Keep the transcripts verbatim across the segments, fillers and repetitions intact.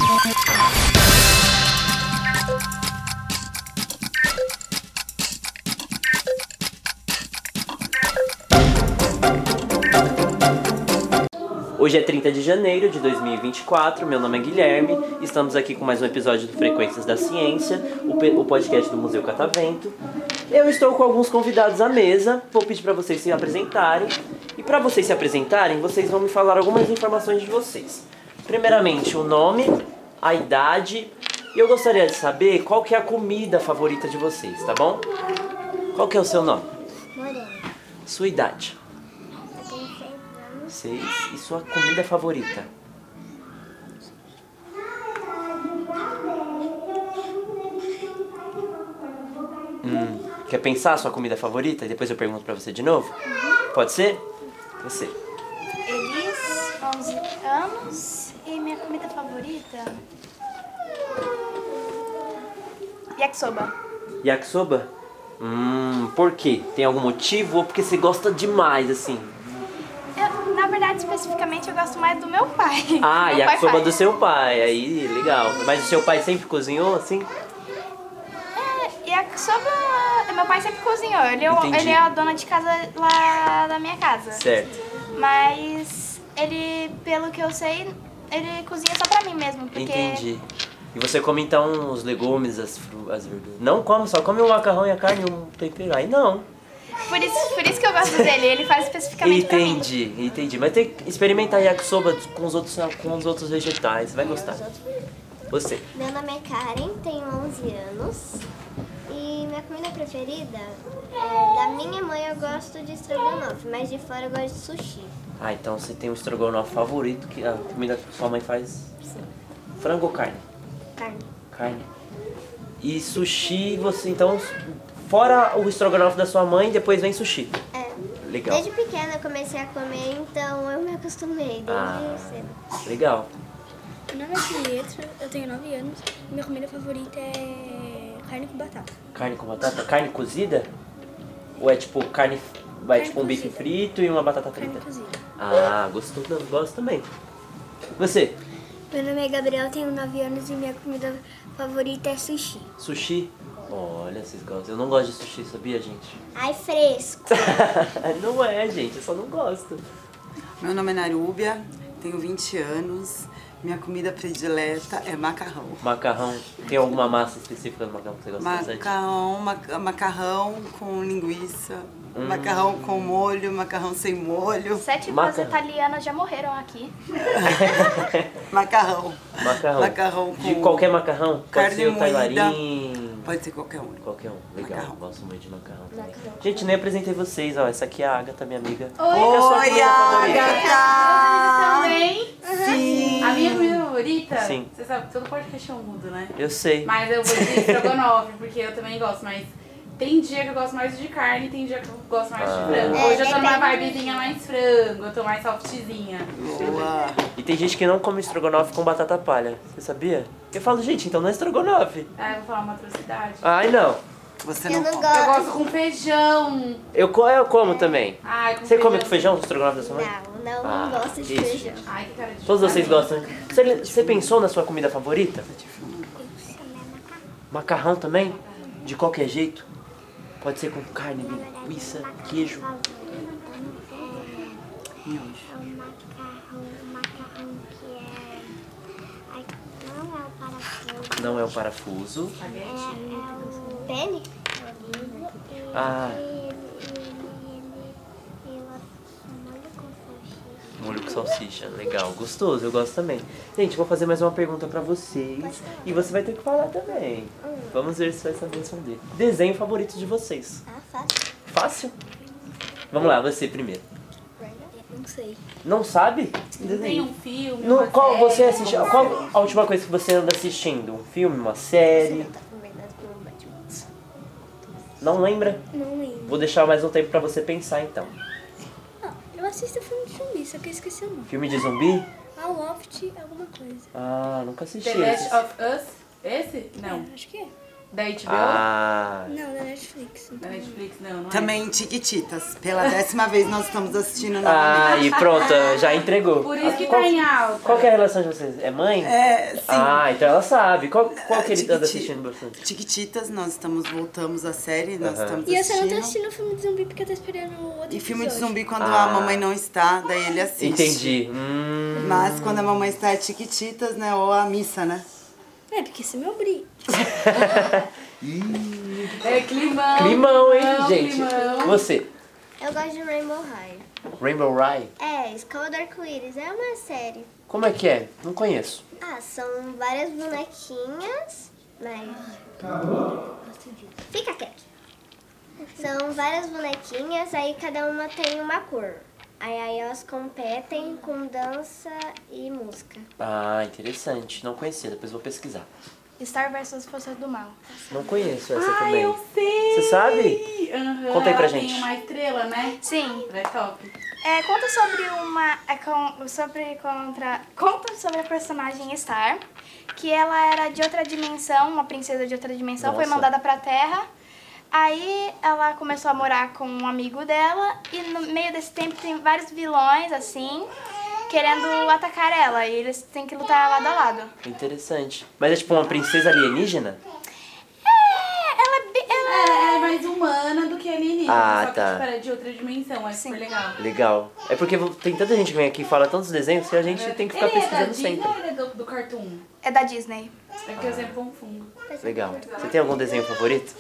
Hoje é trinta de janeiro de dois mil e vinte e quatro, meu nome é Guilherme, estamos aqui com mais um episódio do Frequências da Ciência, o podcast do Museu Catavento. Eu estou com alguns convidados à mesa, vou pedir para vocês se apresentarem. E para vocês se apresentarem, vocês vão me falar algumas informações de vocês. Primeiramente, o nome, a idade, e eu gostaria de saber qual que é a comida favorita de vocês, tá bom? Qual que é o seu nome? Morena. Sua idade? Eu tenho seis anos. Seis. E sua comida favorita? Hum, quer pensar a sua comida favorita e depois eu pergunto pra você de novo? Uhum. Pode ser? Você. Elis, onze anos, e minha comida favorita? Yakisoba. Yakisoba? Hum, por quê? Tem algum motivo ou porque você gosta demais, assim? Eu, na verdade, especificamente, eu gosto mais do meu pai. Ah, meu yakisoba pai do seu pai, aí legal. Mas o seu pai sempre cozinhou, assim? É, yakisoba, meu pai sempre cozinhou. Ele, é o- Entendi. ele é a dona de casa lá da minha casa. Certo. Mas ele, pelo que eu sei, ele cozinha só pra mim mesmo. Porque Entendi. E você come então os legumes, as, fru- as verduras? Não come, só come o macarrão e a carne e um tempero. Aí não. Por isso, por isso que eu gosto dele, ele faz especificamente pra mim. Entendi, entendi. Mas tem que experimentar yakisoba com os outros, com os outros vegetais, você vai gostar. Você. Meu nome é Karen, tenho onze anos. E minha comida preferida é da minha mãe, eu gosto de estrogonofe, mas de fora eu gosto de sushi. Ah, então você tem um estrogonofe favorito, que a comida que sua mãe faz? Sim. Frango ou carne? Carne. Carne. E sushi, você então, fora o estrogonofe da sua mãe, depois vem sushi. É. Legal. Desde pequena eu comecei a comer, então eu me acostumei desde Ah. cedo. Legal. Meu nome é Pietro, eu tenho nove anos e minha comida favorita é carne com batata. Carne com batata? Carne cozida? Ou é tipo carne, vai Carne tipo um bife cozida. frito e uma batata Carne frita? cozida. Ah, gostou? Não, gosto também. Você? Meu nome é Gabriel, tenho nove anos e minha comida favorita é sushi. Sushi? Olha, vocês gostam. Eu não gosto de sushi, sabia, gente? Ai, fresco. Não é, gente, eu só não gosto. Meu nome é Narúbia, tenho vinte anos. Minha comida predileta é macarrão. Macarrão, tem alguma massa específica do macarrão que você gosta bastante? Macarrão, ma- macarrão com linguiça, Hum. macarrão com molho, macarrão sem molho, Sete Macarrão. vozes italianas já morreram aqui. macarrão. Macarrão. Macarrão com De qualquer macarrão? Pode carne ser o moída. tailarim. Pode ser qualquer um. Qualquer um, legal. Macarrão. Gosto muito de macarrão também. Gente, nem apresentei vocês, ó. Essa aqui é a Agatha, minha amiga. Oi, Qual que é a sua comida favorita? Agatha! Também. Sim! A minha comida favorita, Sim. você sabe, todo podcast é um mudo, né? Eu sei. Mas eu vou de estrogonofe, porque eu também gosto, mas tem dia que eu gosto mais de carne, tem dia que eu gosto mais Ah. de frango. É, Hoje eu tô numa depende. vibezinha mais frango, eu tô mais softzinha. Boa! E tem gente que não come estrogonofe com batata palha. Você sabia? Eu falo, gente, então não é estrogonofe. Ah, eu vou falar uma atrocidade. Ai, não. Você Eu não não come. Eu gosto. gosto com feijão. Eu, co- eu como também. Ai, com Você come com feijão, estrogonofe da sua mãe? Não, não, Ah, não gosto de isso. feijão. Ai, que cara de Todos vocês chupar. gostam. Você, você pensou na sua comida favorita? Macarrão também? De qualquer jeito? Pode ser com carne, linguiça, queijo. É o macarrão, o macarrão que é... Ai, não é o parafuso. Não é o parafuso. É, é o pene. Ah. E ele, ele, ele, ele, molho com salsicha. Molho com salsicha, legal, gostoso, eu gosto também. Gente, vou fazer mais uma pergunta pra vocês e você vai ter que falar também. Vamos ver se vai saber responder. Desenho favorito de vocês? Ah, fácil. Fácil? Vamos lá, você primeiro. Não sei. Não sabe? Tem Desenho. um filme, No, uma qual série, você assiste? uma Qual a última coisa que você anda assistindo? Um filme, uma série? Não lembra? Não lembro. Vou deixar mais um tempo pra você pensar então. Não, eu assisto filme de zumbi, só que eu esqueci o nome. Filme de zumbi? Ah, Loft, alguma coisa. Ah, nunca assisti. The Last esse. of Us? Esse? Não. É, acho que é. Da H B O? Ah, Não, da Netflix. Da Netflix, não, não é? Também Chiquititas. Pela décima vez nós estamos assistindo novamente. ah e pronto, já entregou. Por isso que qual, tá em alta. qual que é a relação de vocês? É mãe? É, sim. Ah, então ela sabe. Qual, qual que ele anda Chiquiti- assistindo bastante? Chiquititas, nós estamos, voltamos à série, nós Aham. estamos E eu só não tô assistindo. assistindo o filme de zumbi porque eu tô esperando o outro E filme de episódio. zumbi quando Ah. a mamãe não está, daí ele assiste. Entendi. Hum, Mas quando a mamãe está é Chiquititas, né? Ou a missa, né? É, porque esse é meu brilho. É climão. climão, hein, climão, gente? climão. Você, Eu gosto de Rainbow High. Rainbow Ride? É, Escola do Arco-Íris. É uma série. Como é que é? Não conheço. Ah, são várias bonequinhas, mas... Fica quieto. São várias bonequinhas, aí cada uma tem uma cor. Aí, aí elas competem com dança e música. Ah, interessante. Não conhecia, depois vou pesquisar. Star versus Forças do Mal. Não conheço essa Ai, também. eu sei. Você sabe? Aham, Conta aí pra ela gente. Tem uma estrela, né? Sim. Ela é top. É, conta sobre uma. É, com, sobre contra. Conta sobre a personagem Star, que ela era de outra dimensão, uma princesa de outra dimensão, foi Nossa. mandada pra Terra. Aí ela começou a morar com um amigo dela e no meio desse tempo tem vários vilões, assim, querendo atacar ela. E eles têm que lutar lado a lado. Interessante. Mas é tipo uma princesa alienígena? É, ela é. bi- ela Ela é mais humana do que alienígena. Ah, só que tá. tipo, ela é de outra dimensão. É super legal. Legal. É porque tem tanta gente que vem aqui e fala tantos desenhos que a gente tem que ficar Ele é da pesquisando Disney sempre. ou ele é do, do Cartoon? é da Disney. É que eu sempre confundo. Legal. Você tem algum desenho favorito?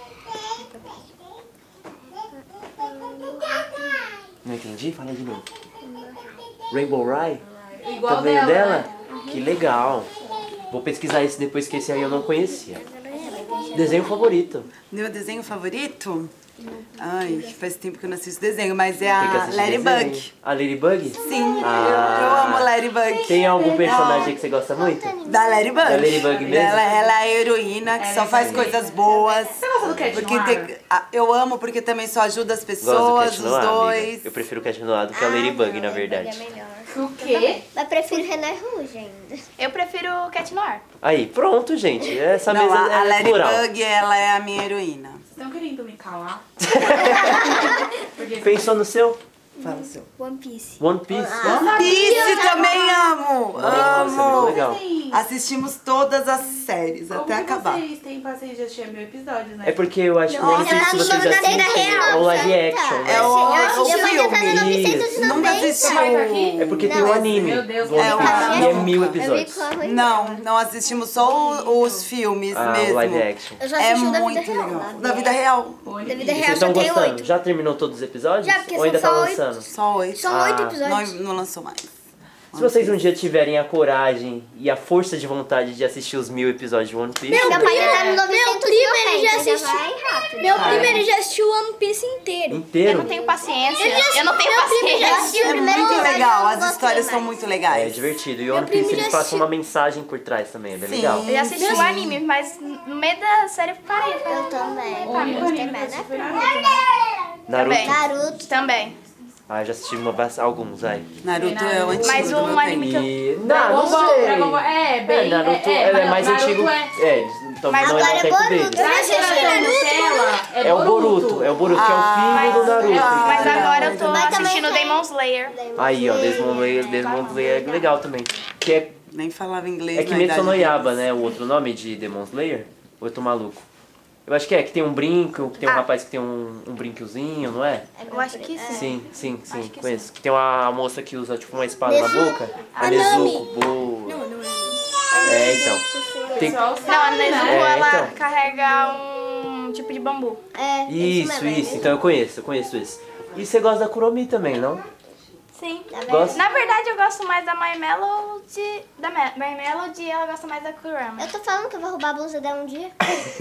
Não entendi? Fala de novo. Rainbow Ride? Igual Também dela, dela? né? Que legal. Vou pesquisar esse depois, que esse aí eu não conhecia. Desenho favorito? Meu desenho favorito? Ai, faz tempo que eu não assisto desenho, mas é Tem que a assistir Ladybug. desenho. A Ladybug? Sim, Ah. eu, eu amo Ladybug. Tem algum personagem que você gosta muito? Da Ladybug. Da Ladybug mesmo? Ela, ela é a heroína que só faz coisas boas. Você gosta do Cat Porque Noir? tem- ah, eu amo porque também só ajuda as Gosto do pessoas, Cat os Noir, amiga. dois. Eu prefiro o Cat Noir do que a Ladybug, na Ladybug verdade. é melhor. O quê? Mas prefiro René Rouge ainda. Eu prefiro Cat Noir. Aí, pronto, gente. Essa Não, mesa a, a é plural. Ladybug, ela é a minha heroína. Vocês estão querendo me calar? Porque Pensou no seu? Fala o seu. One Piece. One Piece. Piece também amo! Nossa, muito amo! legal. Sim. Assistimos todas as séries, Como até que acabar. vocês têm paciência de assistir mil episódios, né? É porque eu acho que eu não sei se vocês da vida assistem real, o live certo? action, né? É o, Eu o assisti o filme. Fantasma novecentos e Nunca noventa. assistiu. Vai tá aqui? É porque tem Não, o anime meu Deus, do One é o Piece, anime. e é mil Eu vi episódios. com a Rui Não, dela. não assistimos só o- os filmes Ah, o mesmo. live action. Eu só É assisti o da vida muito real. legal. Da vida real. Oi. Da vida E real vocês só estão tem gostando? oito. Já terminou todos os episódios? Já, porque Ou ainda são tá só oito. lançando? Só oito. São oito Ah. Não, episódios. não lançou mais. Se vocês um dia tiverem a coragem e a força de vontade de assistir os mil episódios de One Piece, Meu pai já tá no Meu novecentos e primo, ele já noventa, assistiu. vai rápido. Meu primo, ele já assistiu One Piece inteiro. Eu inteiro, não tenho paciência. Ele já Eu não tenho meu primo já paciência. assistiu É o primeiro muito episódio. legal, eu as gostei histórias são mais. muito é legais. divertido. E o Meu One Piece primo eles já passam assistiu. uma mensagem por trás também, é bem Sim. legal. Eu já assisti o anime, mas no meio da série eu parei. Eu também. O único Gostei anime que eu mais, assisti né? foi Naruto, né? Naruto. Também. Naruto. Também. Ah, já assisti uma, bas- alguns, aí. Naruto é o antigo Mas do um meu anime tempo. que eu- E... Não, Dragon não Ball, sei. Dragon Ball, é, bem, É, Naruto, é, é, ele é mas mais Naruto antigo. é- É, eles então Mas não agora é é o tempo Boruto. deles. Da geração Nutella, é É o Boruto, é o Boruto, que é o filho do Naruto. Mas entendeu? agora eu tô Mas também assistindo tem- Demon Slayer. Aí, ó, Desmond Slayer, Desmond Slayer é legal também. Que é, Nem falava inglês é na Kimetsu idade no Yaiba, deles. né? O outro nome de Demon Slayer? Ou eu tô maluco? Eu acho que é, que tem um brinco, que tem um Ah. rapaz que tem um, um brinquiozinho, não é? Eu acho que sim. Sim, sim, sim, Acho que conheço. Que tem uma moça que usa tipo uma espada na Nezuko. boca. A A Nami. Nezuko, boa. Não, não é. É, então. Tem... Pessoal Não, a sabe, Nezuko, né? É, ela então. carrega um tipo de bambu. É, Isso, mesmo, isso. é Então eu conheço, eu conheço isso. E você gosta da Kuromi também, não? Sim. Gosta? Na verdade, eu gosto mais da My Melody. Da Me- My Melody e ela gosta mais da Kurama. Eu tô falando que eu vou roubar a blusa dela um dia.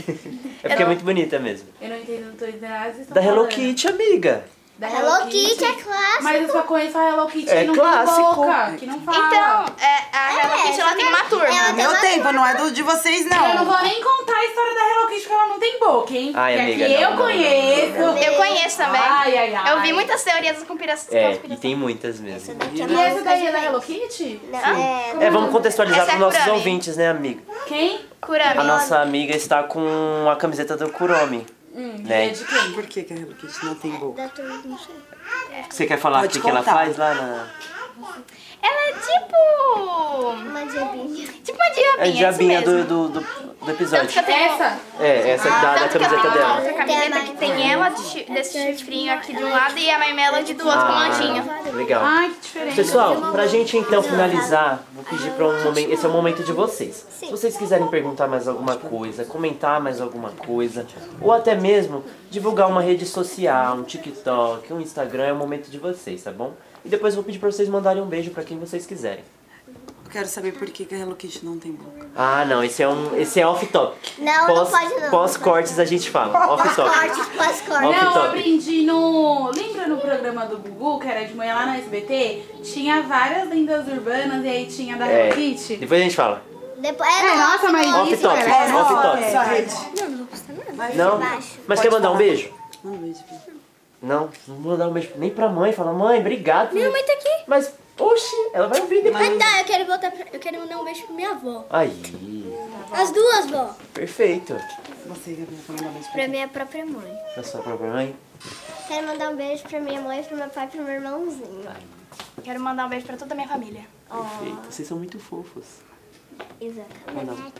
É porque é muito bonita mesmo. Eu não entendo, não tô entendendo nada que vocês Da estão Hello falando. Kitty, amiga. Da Hello Kitty é clássico. Mas eu só conheço a Hello Kitty É que não clássico. tem boca, que não fala. Então, é, a Hello É, Kitty ela tem uma turma. ela No meu Ela- tempo, não é do de vocês, Eu não não. vou nem contar a história da Hello Kitty porque ela não tem boca, hein? Ai, que amiga, aqui não, eu não, não, conheço. não, não, não. Eu conheço também. Ai, ai, ai. Eu vi muitas teorias das conspirações. É, e tem muitas mesmo. Essa daqui é E uma essa daí é música da de Hello leite. Kitty? Não, é, É, vamos contextualizar Essa para é os nossos Kurami. ouvintes, né, amigo? Quem? Kurami. A nossa amiga está com a camiseta do Kuromi. Hum, Né? é de quem? Por que, que a Hello Kitty não tem boca? Da turma, não sei. Você quer falar o Pode que, que ela contar. faz lá na... Ela é tipo... Uma diabinha. Tipo uma diabinha, É diabinha isso mesmo. do, do, do, do Tanto episódio. que eu tenho... Essa? É, essa da, da Tanto que eu camiseta tenho uma dela. outra camiseta que tem ela de chi- desse chifrinho aqui de um lado e a Mãe Melody do outro com lanchinho. Ah, legal. Ai, que diferente. Pessoal, pra gente então finalizar, vou pedir pra um momento. Esse é o momento de vocês. Se vocês quiserem perguntar mais alguma coisa, comentar mais alguma coisa, ou até mesmo divulgar uma rede social, um TikTok, um Instagram, é o momento de vocês, tá bom? E depois eu vou pedir pra vocês mandarem um beijo pra quem vocês quiserem. Eu quero saber por que, que a Hello Kitty não tem boca. Ah, não, esse é um, esse é off topic. Não, não pode não. Pós cortes a gente fala. Off topic. Cortes, pós-cortes. Off Não, eu topic. aprendi no... Lembra no programa do Gugu, que era de manhã lá na S B T? Tinha várias lendas urbanas e aí tinha da É, Hello Kitty. depois a gente fala. Depois, é, É, não, nossa, mas Off isso topic. era... Off Só- topic. Só a rede. Não, não vou postar nada. Vai, Não? baixo. Mas Pode quer mandar um falar. beijo? Manda um beijo, filho. Não, não vou dar um beijo nem pra mãe. Fala, mãe, obrigado. Minha mãe tá aqui. Mas, oxi, ela vai ouvir depois. Ah, tá, eu quero voltar pra... Eu quero mandar um beijo pra minha avó. Aí, As duas, vó. perfeito. Você, Gabriel, vai mandar um beijo pra Pra quem? minha própria mãe. Pra sua própria mãe. Quero mandar um beijo pra minha mãe, pro meu pai e pro meu irmãozinho. Quero mandar um beijo pra toda a minha família. Perfeito. Vocês são muito fofos. Exatamente. Ou não?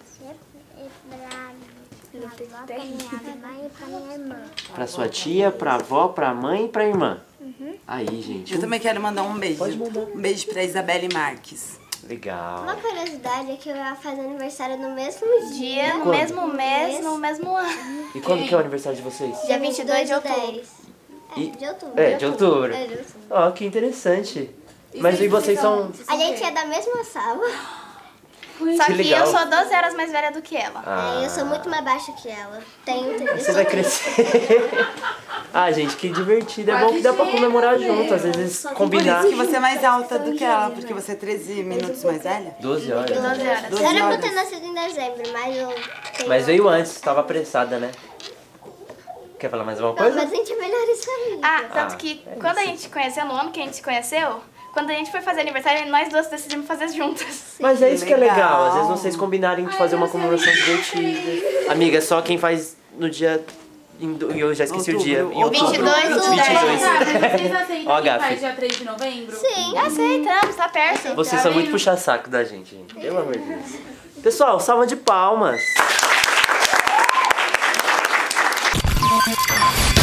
Pra sua tia, pra avó, pra mãe e pra irmã. Aí, gente. Eu também quero mandar um beijo. Pode mandar. Um beijo pra Isabelle Marques. Legal. Uma curiosidade é que eu ia fazer aniversário no mesmo dia. Dia, no Quando? mesmo mês, no mesmo ano. E quando que é o aniversário de vocês? Dia vinte e dois de outubro. dez. E- É, de outubro. É, de outubro. É, de outubro. Ó, que interessante. Mas e vocês são... A gente é da mesma sala. Só Que que legal. eu sou doze horas mais velha do que ela. Ah, É, eu sou muito mais baixa que ela. Tenho você vai crescer. Ah, gente, que divertido. É bom que dá pra comemorar junto. Às vezes Por combinar. isso que você é mais alta do que ela, porque você é treze minutos mais velha. doze horas. doze horas. doze Era pra eu horas. ter nascido em dezembro, mas eu tenho... Mas veio antes, tava apressada, né? Quer falar mais alguma Não, coisa? mas a gente é melhores amigos. Ah, tanto Ah, que é quando a isso. gente se conheceu, no ano que a gente se conheceu, quando a gente foi fazer aniversário, nós duas decidimos fazer juntas. Mas é isso que é Legal. legal. Às vezes vocês combinarem de fazer uma comemoração divertida. Amiga, só quem faz no dia... em do- Eu já esqueci o dia. Em Outubro. outubro. vinte e dois de vinte e dois. Cara, vocês aceitam Ó, quem gafe. faz dia três de novembro? Sim. Aceitamos, tá perto. Vocês são muito puxa-saco da gente, gente. Pelo amor de Deus. Pessoal, salva de palmas.